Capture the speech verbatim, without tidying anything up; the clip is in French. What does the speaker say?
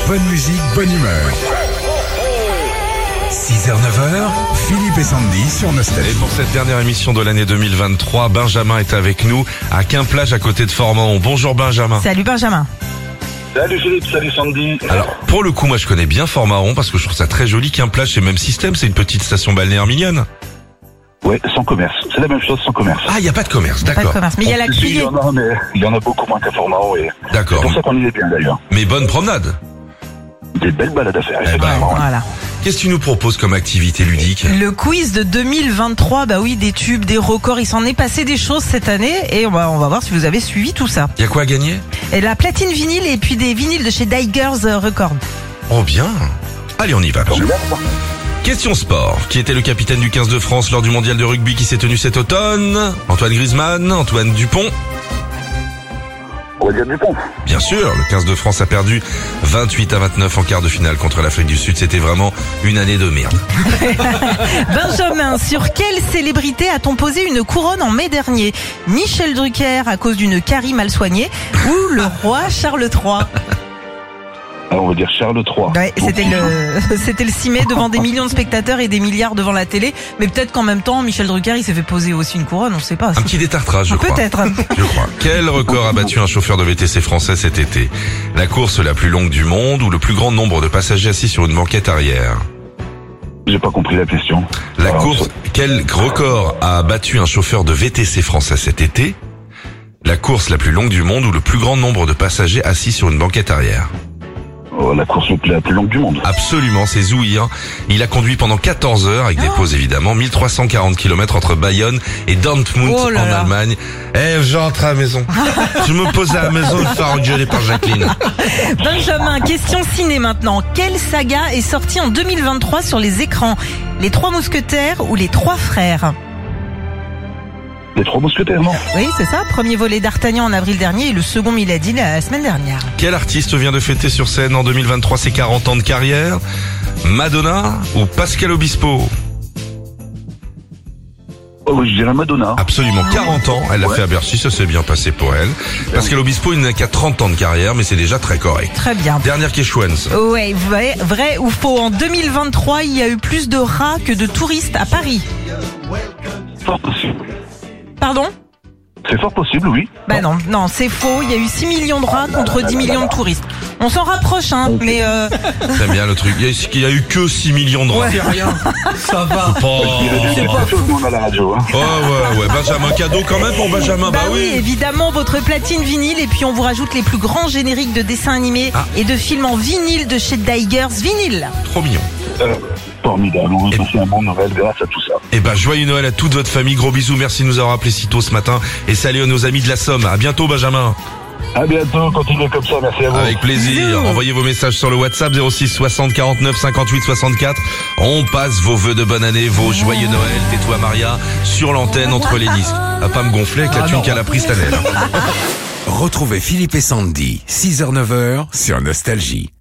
Bonne musique, bonne humeur. six heures neuf heures, Philippe et Sandy sur Nostalgie. Et pour cette dernière émission de l'année deux mille vingt-trois, Benjamin est avec nous à Quimplage à côté de Fort-Mahon. Bonjour Benjamin. Salut Benjamin. Salut Philippe, salut Sandy. Alors, pour le coup, moi je connais bien Fort-Mahon parce que je trouve ça très joli. Quimplage, c'est le même système, c'est une petite station balnéaire mignonne. Ouais, sans commerce. C'est la même chose, sans commerce. Ah, il n'y a pas de commerce, Pas de d'accord. commerce, mais il y a la Si, il y cuillère. en a, mais il y en a beaucoup moins qu'à Fort-Mahon. Et D'accord. c'est pour ça qu'on y est bien d'ailleurs. Mais bonne promenade. Des belles balades à faire, ben, effectivement. Voilà. Qu'est-ce que tu nous proposes comme activité ludique? Le quiz de deux mille vingt-trois, bah oui, des tubes, des records, il s'en est passé des choses cette année et on va, on va voir si vous avez suivi tout ça. Il y a quoi à gagner? Et la platine vinyle et puis des vinyles de chez Tigers Records. Oh bien. Allez, on y va. Benjamin. Question sport. Qui était le capitaine du quinze de France lors du mondial de rugby qui s'est tenu cet automne? Antoine Griezmann, Antoine Dupont? On va dire Dupont. Bien sûr, le quinze de France a perdu vingt-huit à vingt-neuf en quart de finale contre l'Afrique du Sud. C'était vraiment une année de merde. Benjamin, sur quelle célébrité a-t-on posé une couronne en mai dernier? Michel Drucker à cause d'une carie mal soignée ou le roi Charles trois? Alors, on va dire Charles trois. Ouais, c'était le, c'était le six mai devant des millions de spectateurs et des milliards devant la télé. Mais peut-être qu'en même temps, Michel Drucker, il s'est fait poser aussi une couronne, on sait pas. Un petit détartrage, je crois. Peut-être. Je crois. Quel record a battu un chauffeur de V T C français cet été? La course la plus longue du monde ou le plus grand nombre de passagers assis sur une banquette arrière? J'ai pas compris la question. La Alors, course, quel record a battu un chauffeur de V T C français cet été? La course la plus longue du monde ou le plus grand nombre de passagers assis sur une banquette arrière? oh, la course la plus longue du monde. Absolument, c'est Zouir. Il a conduit pendant quatorze heures, avec des pauses évidemment, mille trois cent quarante kilomètres entre Bayonne et Dortmund Oh là en là. Allemagne. Eh, j'entre à la maison. Je me pose à la maison et me faire engueuler par Jacqueline. Benjamin, question ciné maintenant. Quelle saga est sortie en deux mille vingt-trois sur les écrans? Les Trois Mousquetaires ou Les Trois Frères? Les Trois Mousquetaires, non? Oui, c'est ça. Premier volet d'Artagnan en avril dernier et le second Milady la semaine dernière. Quel artiste vient de fêter sur scène en deux mille vingt-trois ses quarante ans de carrière? Madonna ou Pascal Obispo? Oh, je dirais Madonna. Absolument, quarante ans, elle l'a Ouais. fait à Bercy, ça s'est bien passé pour elle. Pascal Obispo, il n'a qu'à trente ans de carrière, mais c'est déjà très correct. Très bien. Dernière question. Ouais, vrai, vrai ou faux? En deux mille vingt-trois, il y a eu plus de rats que de touristes à Paris. Fort possible. Pardon? C'est fort possible, oui. Bah non, non, c'est faux. Il y a eu six millions de rats contre dix millions de touristes. On s'en rapproche, hein, mais euh, J'aime bien le truc. Il y a, il y a eu que six millions de rats. Ouais. rien. Ça va. Oh, Il y a des pas choses nous, on a la radio. Hein. oh ouais, ouais. Benjamin, cadeau quand même pour Benjamin. bah Bah oui, oui. évidemment, votre platine vinyle et puis on vous rajoute les plus grands génériques de dessins animés Ah. et de films en vinyle de chez Tigers Vinyle. Trop mignon. Euh, formidable. On va passer un bon Noël grâce à tout ça. Eh ben, joyeux Noël à toute votre famille. Gros bisous. Merci de nous avoir appelés si tôt ce matin. Et salut à nos amis de la Somme. À bientôt, Benjamin. À bientôt. Continuez comme ça. Merci à vous. Avec plaisir. Bisous. Envoyez vos messages sur le WhatsApp zéro six soixante quarante-neuf cinquante-huit soixante-quatre. On passe vos vœux de bonne année, vos joyeux Noël, tais-toi Maria, sur l'antenne entre les disques. À pas me gonfler avec la thune qu'elle a prise cette année. Retrouvez Philippe et Sandy, six heures neuf heures sur Nostalgie.